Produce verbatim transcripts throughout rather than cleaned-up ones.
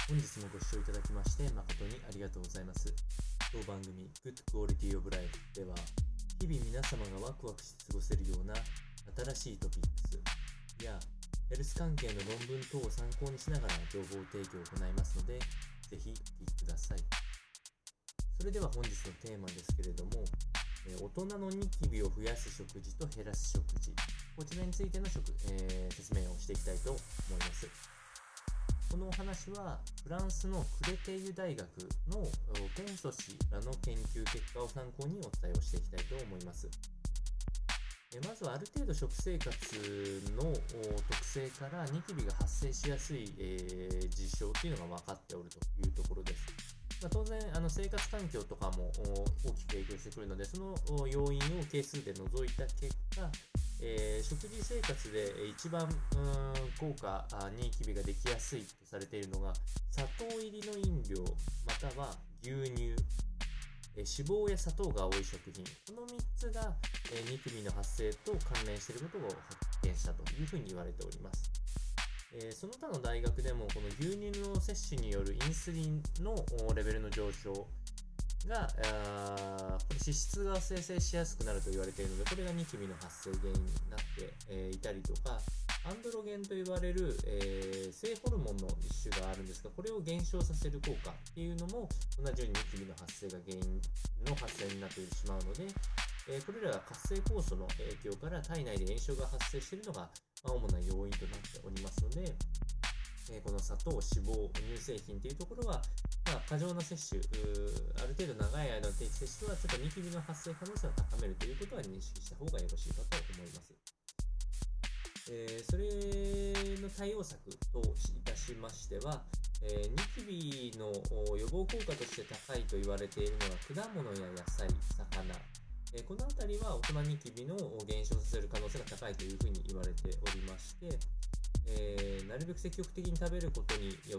本日もご視聴いただきまして誠にありがとうございます。当番組 Good Quality of Life では、日々皆様がワクワクして過ごせるような新しいトピックスやヘルス関係の論文等を参考にしながら情報提供を行いますので、ぜひお聞きください。それでは本日のテーマですけれども、大人のニキビを増やす食事と減らす食事、こちらについての食、えー、説明をしていきたいと思います。このお話はフランスのクレテイユ大学のケンソ氏らの研究結果を参考にお伝えをしていきたいと思います。まずはある程度食生活の特性からニキビが発生しやすい、えー、事象というのが分かっておるというところです。まあ、当然あの生活環境とかも大きく影響してくるので、その要因を係数で除いた結果、えー、食事生活で一番効果ニキビができやすいとされているのが砂糖入りの飲料または牛乳、えー、脂肪や砂糖が多い食品、このみっつが、えー、ニキビの発生と関連していることを発見したというふうに言われております。えー、その他の大学でもこの牛乳の摂取によるインスリンのレベルの上昇があこれ脂質が生成しやすくなると言われているので、これがニキビの発生原因になって、えー、いたりとか、アンドロゲンと言われる、えー、性ホルモンの一種があるんですが、これを減少させる効果っていうのも同じようにニキビの発生が原因の発生になってしまうので、えー、これらが活性酵素の影響から体内で炎症が発生しているのが、まあ、主な要因となっておりますので、えー、この砂糖、脂肪、乳製品というところは、まあ、過剰な摂取、ある程度長い間の定期摂取はちょっとニキビの発生可能性を高めるということは認識した方がよろしいかと思います。えー、それの対応策といたしましては、えー、ニキビの予防効果として高いと言われているのは果物や野菜、魚、えー、この辺りは大人ニキビの減少させる可能性が高いというふうに言われておりまして、えー、なるべく積極的に食べることによって、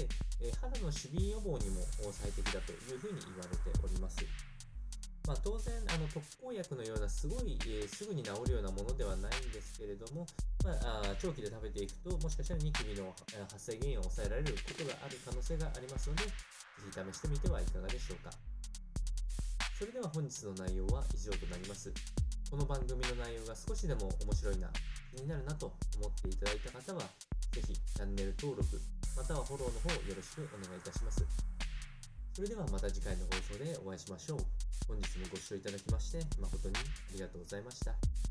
えー、肌のシミ予防にも最適だというふうに言われております。まあ、当然あの特効薬のようなすごい、えー、すぐに治るようなものではないんですけれども、まあ、あ長期で食べていくともしかしたらニキビの発生原因を抑えられることがある可能性がありますので、ぜひ試してみてはいかがでしょうか。それでは本日の内容は以上となります。この番組の内容が少しでも面白いな、気になるなと思っていただいた方は、ぜひチャンネル登録、またはフォローの方よろしくお願いいたします。それではまた次回の放送でお会いしましょう。本日もご視聴いただきまして誠にありがとうございました。